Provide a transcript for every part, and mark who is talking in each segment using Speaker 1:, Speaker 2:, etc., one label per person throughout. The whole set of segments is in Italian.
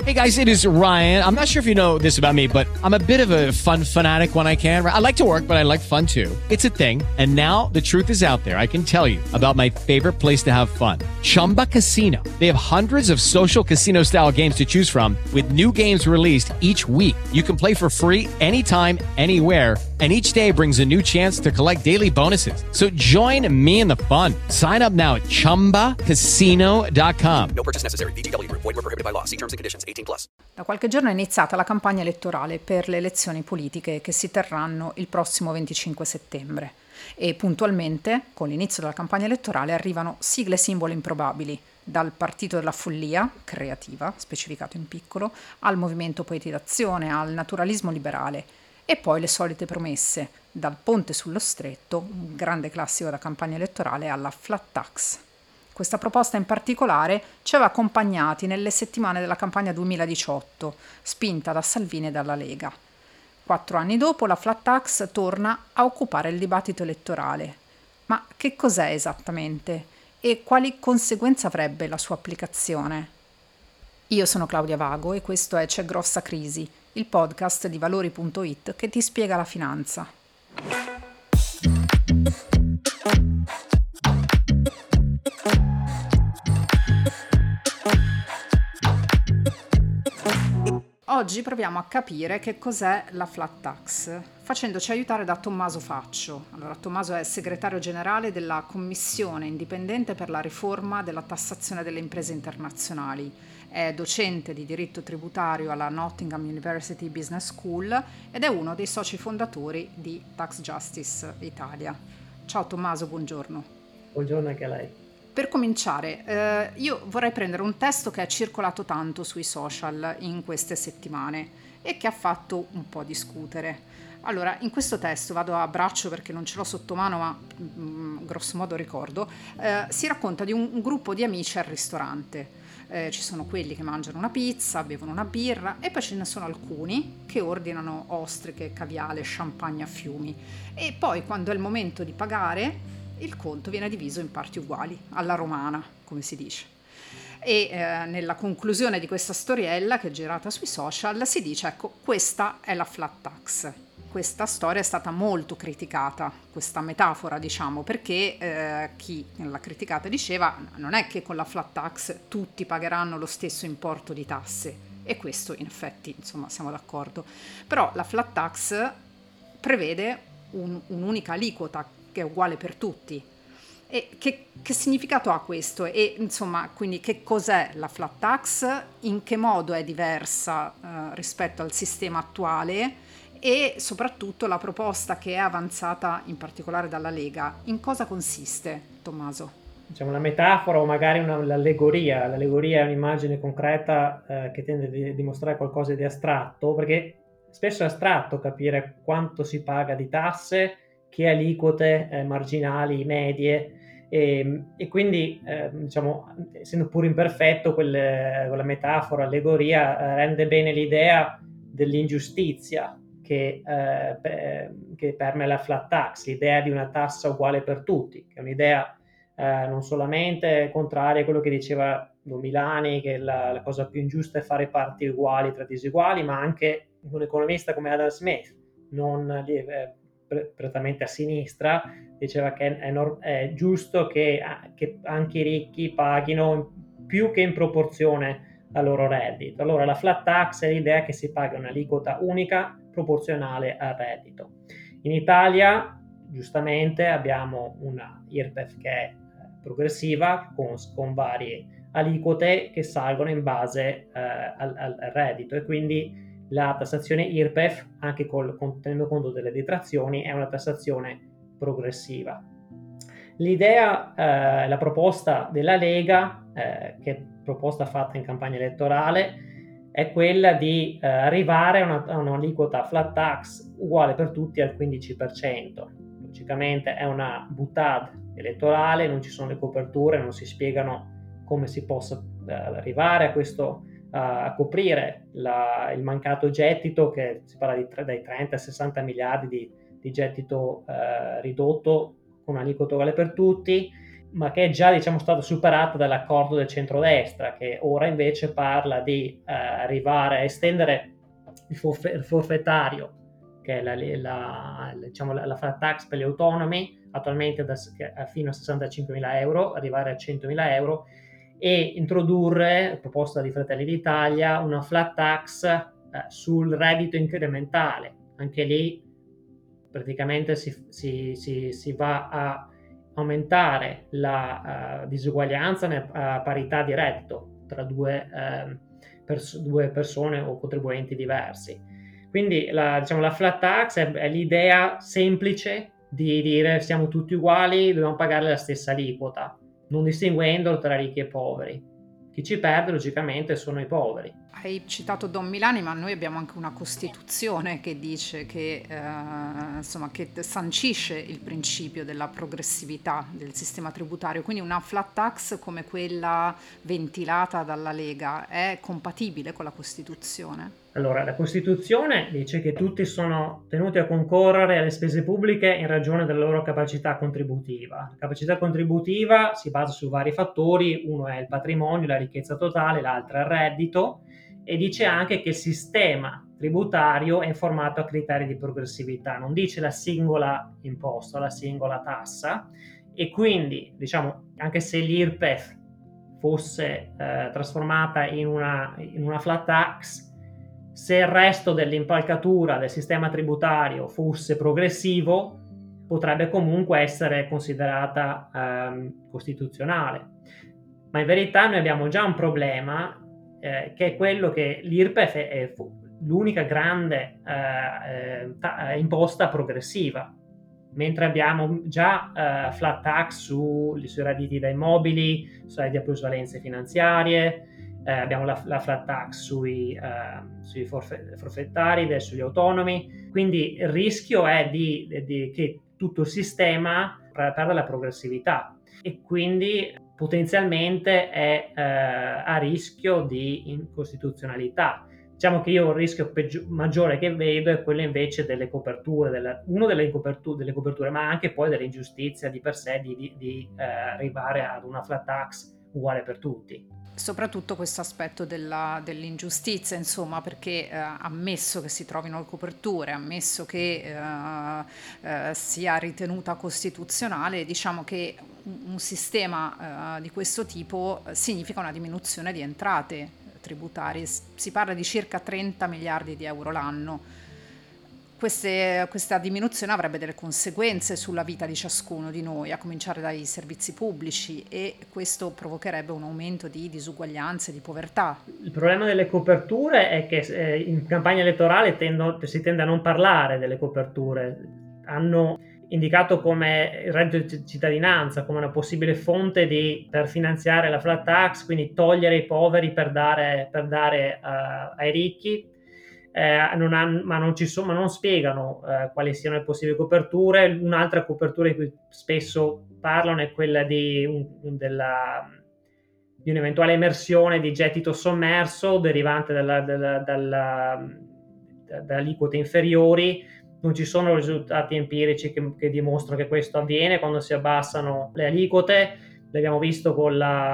Speaker 1: Hey guys, it is Ryan. I'm not sure if you know this about me, but I'm a bit of a fun fanatic when I can. I like to work, but I like fun too. It's a thing. And now the truth is out there. I can tell you about my favorite place to have fun. Chumba Casino. They have hundreds of social casino style games to choose from with new games released each week. You can play for free anytime, anywhere. And each day brings a new chance to collect daily bonuses. So join me in the fun. Sign up now at ChumbaCasino.com.
Speaker 2: No purchase necessary. VGW Group. Void where prohibited by law. See terms and conditions. 18+.
Speaker 3: Da qualche giorno è iniziata la campagna elettorale per le elezioni politiche che si terranno il prossimo 25 settembre e puntualmente, con l'inizio della campagna elettorale, arrivano sigle e simboli improbabili, dal Partito della Follia, creativa, specificato in piccolo, al Movimento Poeti d'Azione, al naturalismo liberale e poi le solite promesse, dal Ponte sullo Stretto, un grande classico da campagna elettorale, alla flat tax. Questa proposta in particolare ci aveva accompagnati nelle settimane della campagna 2018, spinta da Salvini e dalla Lega. 4 anni dopo la flat tax torna a occupare il dibattito elettorale. Ma che cos'è esattamente? E quali conseguenze avrebbe la sua applicazione? Io sono Claudia Vago e questo è C'è grossa crisi, il podcast di Valori.it che ti spiega la finanza. Oggi proviamo a capire che cos'è la flat tax, facendoci aiutare da Tommaso Faccio. Allora, Tommaso è segretario generale della Commissione indipendente per la riforma della tassazione delle imprese internazionali, è docente di diritto tributario alla Nottingham University Business School ed è uno dei soci fondatori di Tax Justice Italia. Ciao Tommaso, buongiorno.
Speaker 4: Buongiorno anche a lei.
Speaker 3: Per cominciare, io vorrei prendere un testo che è circolato tanto sui social in queste settimane e che ha fatto un po' discutere. Allora, in questo testo, vado a braccio perché non ce l'ho sotto mano, ma grosso modo ricordo, si racconta di un gruppo di amici al ristorante. Ci sono quelli che mangiano una pizza, bevono una birra e poi ce ne sono alcuni che ordinano ostriche, caviale, champagne a fiumi. E poi, quando è il momento di pagare, il conto viene diviso in parti uguali, alla romana, come si dice. E nella conclusione di questa storiella che è girata sui social si dice, ecco, questa è la flat tax. Questa storia è stata molto criticata, questa metafora, diciamo, perché chi l'ha criticata diceva non è che con la flat tax tutti pagheranno lo stesso importo di tasse, e questo in effetti, insomma, siamo d'accordo. Però la flat tax prevede un'unica aliquota che è uguale per tutti. E che significato ha questo? E insomma, quindi che cos'è la flat tax? In che modo è diversa rispetto al sistema attuale? E soprattutto la proposta che è avanzata in particolare dalla Lega, in cosa consiste, Tommaso?
Speaker 4: Diciamo una metafora o magari l'allegoria. L'allegoria è un'immagine concreta che tende a dimostrare qualcosa di astratto, perché spesso è astratto capire quanto si paga di tasse, che aliquote marginali, medie, e quindi diciamo, essendo pur imperfetto, quella metafora, allegoria rende bene l'idea dell'ingiustizia che permea la flat tax, l'idea di una tassa uguale per tutti, che è un'idea non solamente contraria a quello che diceva Don Milani, che la cosa più ingiusta è fare parti uguali tra diseguali, ma anche un economista come Adam Smith, non prettamente a sinistra, diceva che è giusto che anche i ricchi paghino più che in proporzione al loro reddito. Allora la flat tax è l'idea che si paga un'aliquota unica proporzionale al reddito. In Italia, giustamente, abbiamo una IRPEF che è progressiva con varie aliquote che salgono in base al reddito, e quindi la tassazione IRPEF, anche tenendo conto delle detrazioni, è una tassazione progressiva. L'idea, la proposta della Lega, che è proposta fatta in campagna elettorale, è quella di arrivare a un'aliquota flat tax uguale per tutti al 15%. Logicamente è una boutade elettorale, non ci sono le coperture, non si spiegano come si possa arrivare a questo, a coprire il mancato gettito, che si parla dai 30 ai 60 miliardi di gettito ridotto con un'aliquota uguale per tutti, ma che è già, diciamo, stata superata dall'accordo del centrodestra, che ora invece parla di arrivare a estendere il forfettario, che è diciamo, la flat tax per gli autonomi, attualmente fino a 65.000 euro, arrivare a 100.000 euro, e introdurre, proposta di Fratelli d'Italia, una flat tax sul reddito incrementale. Anche lì praticamente si va a aumentare la disuguaglianza a parità di reddito tra due persone o contribuenti diversi. Quindi diciamo, la flat tax è l'idea semplice di dire siamo tutti uguali, dobbiamo pagare la stessa aliquota, non distinguendo tra ricchi e poveri. Chi ci perde logicamente sono i poveri.
Speaker 3: Hai citato Don Milani, ma noi abbiamo anche una Costituzione che dice che, insomma, che sancisce il principio della progressività del sistema tributario, quindi una flat tax come quella ventilata dalla Lega è compatibile con la Costituzione?
Speaker 4: Allora, la Costituzione dice che tutti sono tenuti a concorrere alle spese pubbliche in ragione della loro capacità contributiva. La capacità contributiva si basa su vari fattori, uno è il patrimonio, la ricchezza totale, l'altro è il reddito, e dice anche che il sistema tributario è informato a criteri di progressività, non dice la singola imposta, la singola tassa, e quindi, diciamo, anche se l'IRPEF fosse trasformata in una flat tax, se il resto dell'impalcatura del sistema tributario fosse progressivo, potrebbe comunque essere considerata costituzionale. Ma in verità noi abbiamo già un problema, che è quello che l'IRPEF è l'unica grande imposta progressiva, mentre abbiamo già flat tax sui redditi da immobili, sui redditi a plusvalenze finanziarie, abbiamo la flat tax sui forfettari, sugli autonomi, quindi il rischio è che tutto il sistema perda la progressività e quindi potenzialmente è a rischio di incostituzionalità. Diciamo che io il rischio maggiore che vedo è quello invece delle coperture, delle coperture, ma anche poi dell'ingiustizia di per sé di arrivare ad una flat tax uguale per tutti.
Speaker 3: Soprattutto questo aspetto dell'ingiustizia, insomma, perché ammesso che si trovino le coperture, ammesso che sia ritenuta costituzionale, diciamo che un sistema di questo tipo significa una diminuzione di entrate tributarie. Si parla di circa 30 miliardi di euro l'anno. Questa diminuzione avrebbe delle conseguenze sulla vita di ciascuno di noi, a cominciare dai servizi pubblici, e questo provocherebbe un aumento di disuguaglianze, di povertà.
Speaker 4: Il problema delle coperture è che in campagna elettorale si tende a non parlare delle coperture. Hanno indicato come il reddito di cittadinanza come una possibile fonte per finanziare la flat tax, quindi togliere i poveri per dare ai ricchi. Ma non spiegano quali siano le possibili coperture. Un'altra copertura di cui spesso parlano è quella di un'eventuale emersione di gettito sommerso derivante dalle aliquote inferiori. Non ci sono risultati empirici che dimostrano che questo avviene quando si abbassano le aliquote. L'abbiamo visto con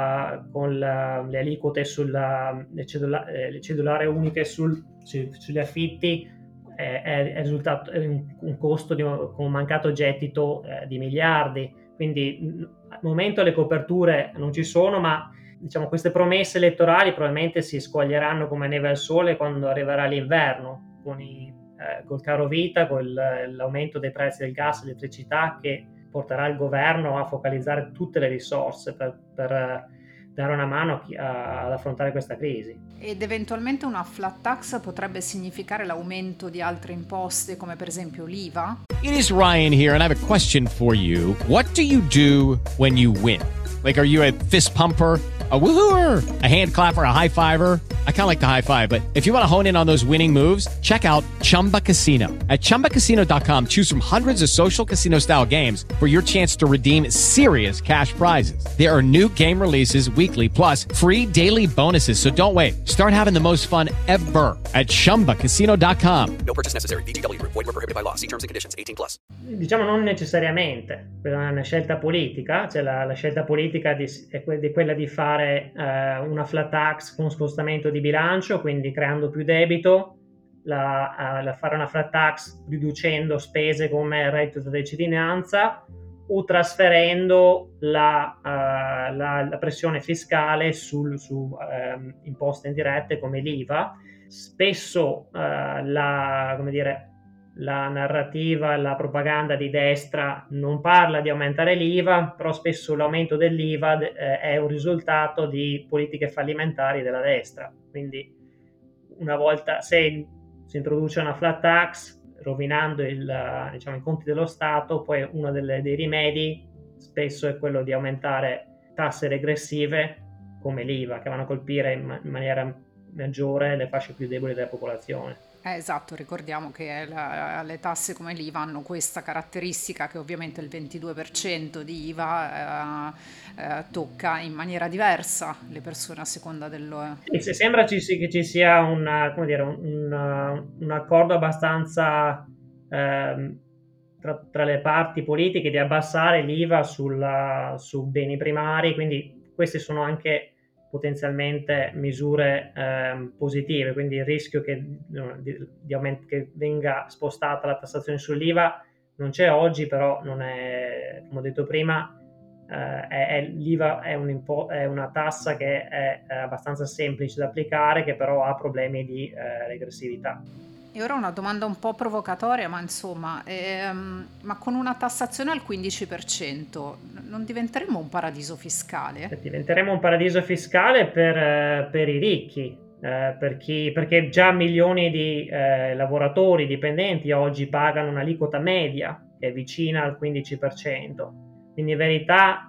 Speaker 4: le aliquote le cedolari uniche sugli affitti, è risultato un costo con un mancato gettito di miliardi. Quindi al momento le coperture non ci sono, ma diciamo queste promesse elettorali probabilmente si squaglieranno come neve al sole quando arriverà l'inverno, col caro vita, con l'aumento dei prezzi del gas e dell'elettricità, che porterà il governo a focalizzare tutte le risorse per dare una mano ad affrontare questa crisi.
Speaker 3: Ed eventualmente una flat tax potrebbe significare l'aumento di altre imposte, come per esempio l'IVA?
Speaker 1: It is Ryan here, and I have a question for you. What do you do when you win? Like, are you a fist pumper, a woohooer, a hand clapper, a high fiver? I kind of like the high five, but if you want to hone in on those winning moves, check out Chumba Casino. At ChumbaCasino.com, choose from hundreds of social casino style games for your chance to redeem serious cash prizes. There are new game releases weekly, plus free daily bonuses. So don't wait. Start having the most fun ever at ChumbaCasino.com.
Speaker 2: No purchase necessary. VGW Group. Void were prohibited by law. See terms and conditions. 18 plus.
Speaker 4: Diciamo non necessariamente, quella è una scelta politica, cioè la scelta politica è quella di fare una flat tax con scostamento di bilancio, quindi creando più debito, fare una flat tax riducendo spese come il reddito di cittadinanza o trasferendo la pressione fiscale su imposte indirette come l'IVA. Spesso la narrativa, la propaganda di destra non parla di aumentare l'IVA, però spesso l'aumento dell'IVA è un risultato di politiche fallimentari della destra. Quindi una volta se si introduce una flat tax rovinando i conti dello Stato, poi uno dei rimedi spesso è quello di aumentare tasse regressive come l'IVA, che vanno a colpire in maniera maggiore le fasce più deboli della popolazione.
Speaker 3: Esatto, ricordiamo che le tasse come l'IVA hanno questa caratteristica che ovviamente il 22% di IVA tocca in maniera diversa le persone a seconda dello...
Speaker 4: Sembra che ci sia un accordo abbastanza tra le parti politiche di abbassare l'IVA su beni primari, quindi queste sono anche potenzialmente misure positive, quindi il rischio che venga spostata la tassazione sull'IVA non c'è oggi, però non è, come ho detto prima, l'IVA è una tassa che è abbastanza semplice da applicare, che però ha problemi di regressività.
Speaker 3: E ora una domanda un po' provocatoria, ma insomma, ma con una tassazione al 15% non diventeremo un paradiso fiscale?
Speaker 4: Diventeremo un paradiso fiscale per i ricchi, perché già milioni di lavoratori dipendenti oggi pagano un'aliquota media che è vicina al 15%. Quindi in verità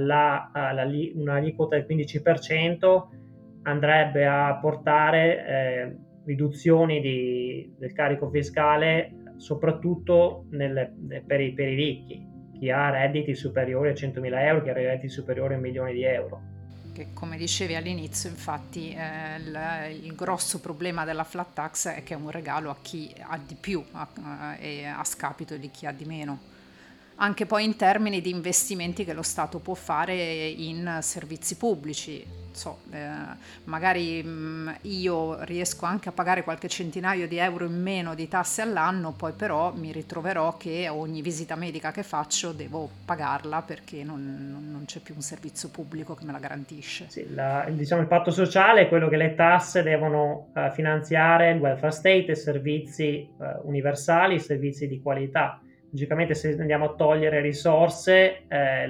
Speaker 4: un'aliquota del 15% andrebbe a portare riduzioni del carico fiscale soprattutto per i ricchi, chi ha redditi superiori a 100.000 euro, chi ha redditi superiori a 1 milione di euro.
Speaker 3: Che come dicevi all'inizio, infatti, il grosso problema della flat tax è che è un regalo a chi ha di più e a scapito di chi ha di meno. Anche poi in termini di investimenti che lo Stato può fare in servizi pubblici. Magari io riesco anche a pagare qualche centinaio di euro in meno di tasse all'anno, poi però mi ritroverò che ogni visita medica che faccio devo pagarla perché non c'è più un servizio pubblico che me la garantisce.
Speaker 4: Sì, il patto sociale è quello che le tasse devono finanziare il welfare state e servizi universali, servizi di qualità. Logicamente se andiamo a togliere risorse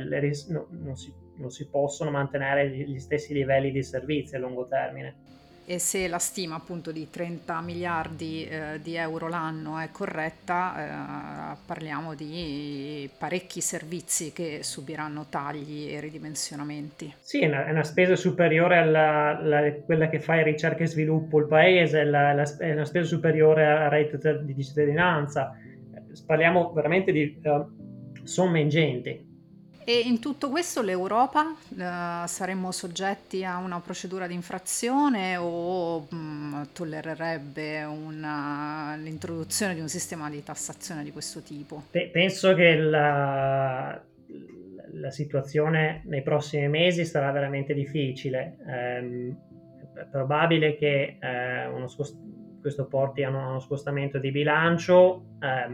Speaker 4: non si possono mantenere gli stessi livelli di servizi a lungo termine.
Speaker 3: E se la stima appunto di 30 miliardi di euro l'anno è corretta, parliamo di parecchi servizi che subiranno tagli e ridimensionamenti.
Speaker 4: Sì, è una spesa superiore a quella che fa in ricerca e sviluppo il paese, è una spesa superiore al reddito di cittadinanza. Parliamo veramente di somme ingenti.
Speaker 3: E in tutto questo l'Europa saremmo soggetti a una procedura di infrazione o tollererebbe l'introduzione di un sistema di tassazione di questo tipo?
Speaker 4: Penso che la situazione nei prossimi mesi sarà veramente difficile. È probabile che questo porti a uno scostamento di bilancio,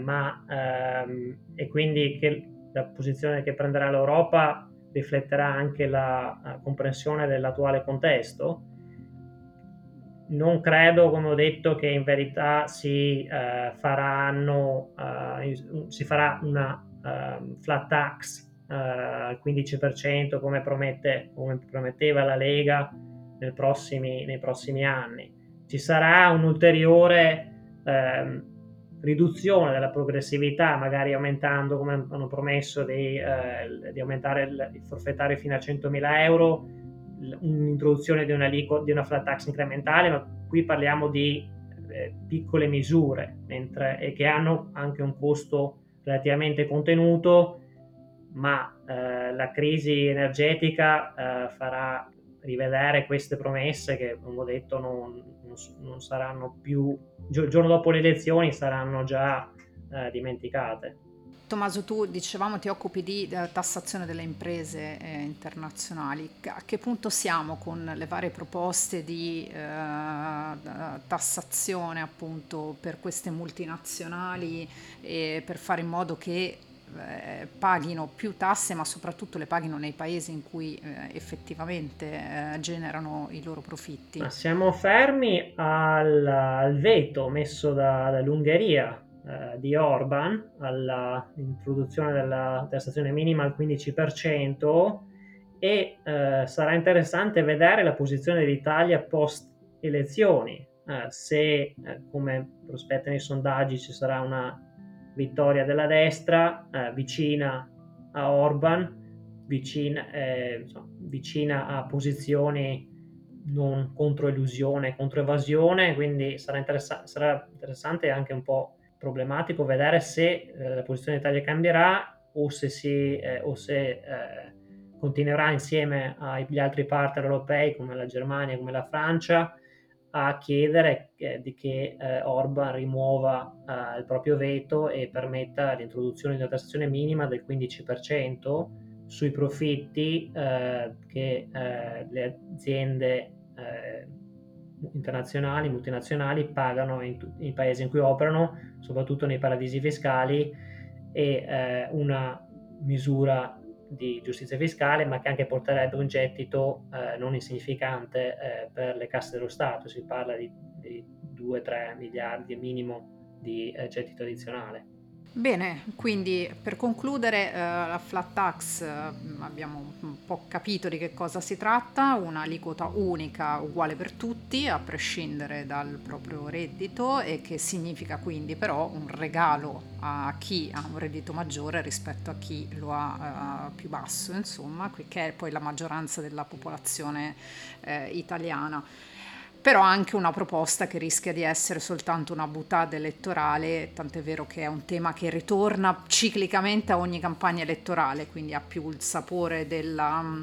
Speaker 4: e quindi che la posizione che prenderà l'Europa rifletterà anche la comprensione dell'attuale contesto. Non credo, come ho detto, che in verità si farà una flat tax al 15% come prometteva la Lega nei prossimi anni. Ci sarà un ulteriore riduzione della progressività, magari aumentando, come hanno promesso, di aumentare il forfettario fino a 100.000 euro, un'introduzione di una flat tax incrementale, ma qui parliamo di piccole misure, e che hanno anche un costo relativamente contenuto, ma la crisi energetica farà rivedere queste promesse che, come ho detto, non saranno più, il giorno dopo le elezioni saranno già dimenticate.
Speaker 3: Tommaso, tu dicevamo ti occupi di tassazione delle imprese internazionali. A che punto siamo con le varie proposte di tassazione appunto per queste multinazionali e per fare in modo che paghino più tasse, ma soprattutto le paghino nei paesi in cui effettivamente generano i loro profitti?
Speaker 4: Ma siamo fermi al veto messo dall'Ungheria di Orban all'introduzione della tassazione minima al 15%, e sarà interessante vedere la posizione dell'Italia post elezioni, se come prospettano i sondaggi ci sarà una vittoria della destra vicina a Orban, vicina a posizioni non contro elusione, contro evasione, quindi sarà interessante e anche un po' problematico vedere se la posizione dell'Italia cambierà o se continuerà insieme agli altri partner europei come la Germania, come la Francia, a chiedere che Orban rimuova il proprio veto e permetta l'introduzione di una tassazione minima del 15% sui profitti che le aziende internazionali, multinazionali pagano nei paesi in cui operano, soprattutto nei paradisi fiscali, e una misura di giustizia fiscale, ma che anche porterebbe un gettito non insignificante per le casse dello Stato. Si parla di 2-3 miliardi minimo di gettito addizionale.
Speaker 3: Bene, quindi per concludere, la flat tax abbiamo un po' capito di che cosa si tratta, un'aliquota unica uguale per tutti a prescindere dal proprio reddito, e che significa quindi però un regalo a chi ha un reddito maggiore rispetto a chi lo ha più basso, insomma, che è poi la maggioranza della popolazione italiana. Però anche una proposta che rischia di essere soltanto una boutade elettorale, tant'è vero che è un tema che ritorna ciclicamente a ogni campagna elettorale, quindi ha più il sapore del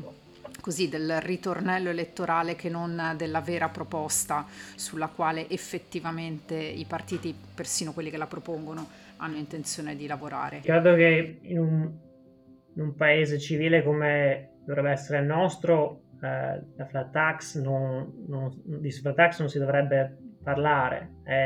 Speaker 3: ritornello elettorale che non della vera proposta sulla quale effettivamente i partiti, persino quelli che la propongono, hanno intenzione di lavorare.
Speaker 4: Credo che in un paese civile come dovrebbe essere il nostro, la flat tax di flat tax non si dovrebbe parlare. È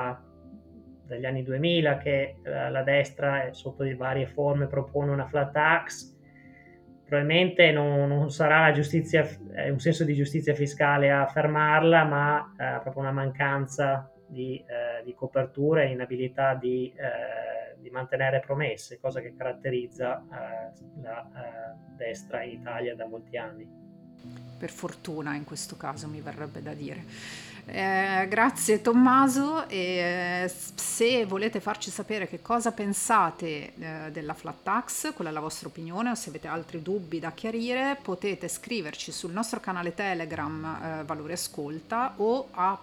Speaker 4: dagli anni 2000 che la destra, sotto di varie forme, propone una flat tax. Probabilmente non sarà la giustizia, un senso di giustizia fiscale a fermarla, ma proprio una mancanza di copertura e inabilità di mantenere promesse, cosa che caratterizza la destra in Italia da molti anni.
Speaker 3: Per fortuna in questo caso, mi verrebbe da dire. Grazie Tommaso, e se volete farci sapere che cosa pensate della flat tax, qual è la vostra opinione, o se avete altri dubbi da chiarire, potete scriverci sul nostro canale Telegram Valori Ascolta o a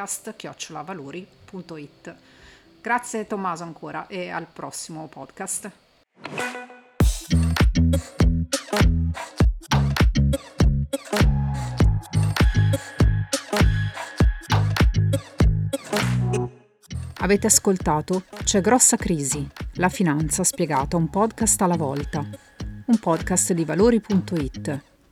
Speaker 3: podcast@valori.it. Grazie Tommaso ancora, e al prossimo podcast. Avete ascoltato C'è grossa crisi, la finanza spiegata un podcast alla volta, un podcast di Valori.it,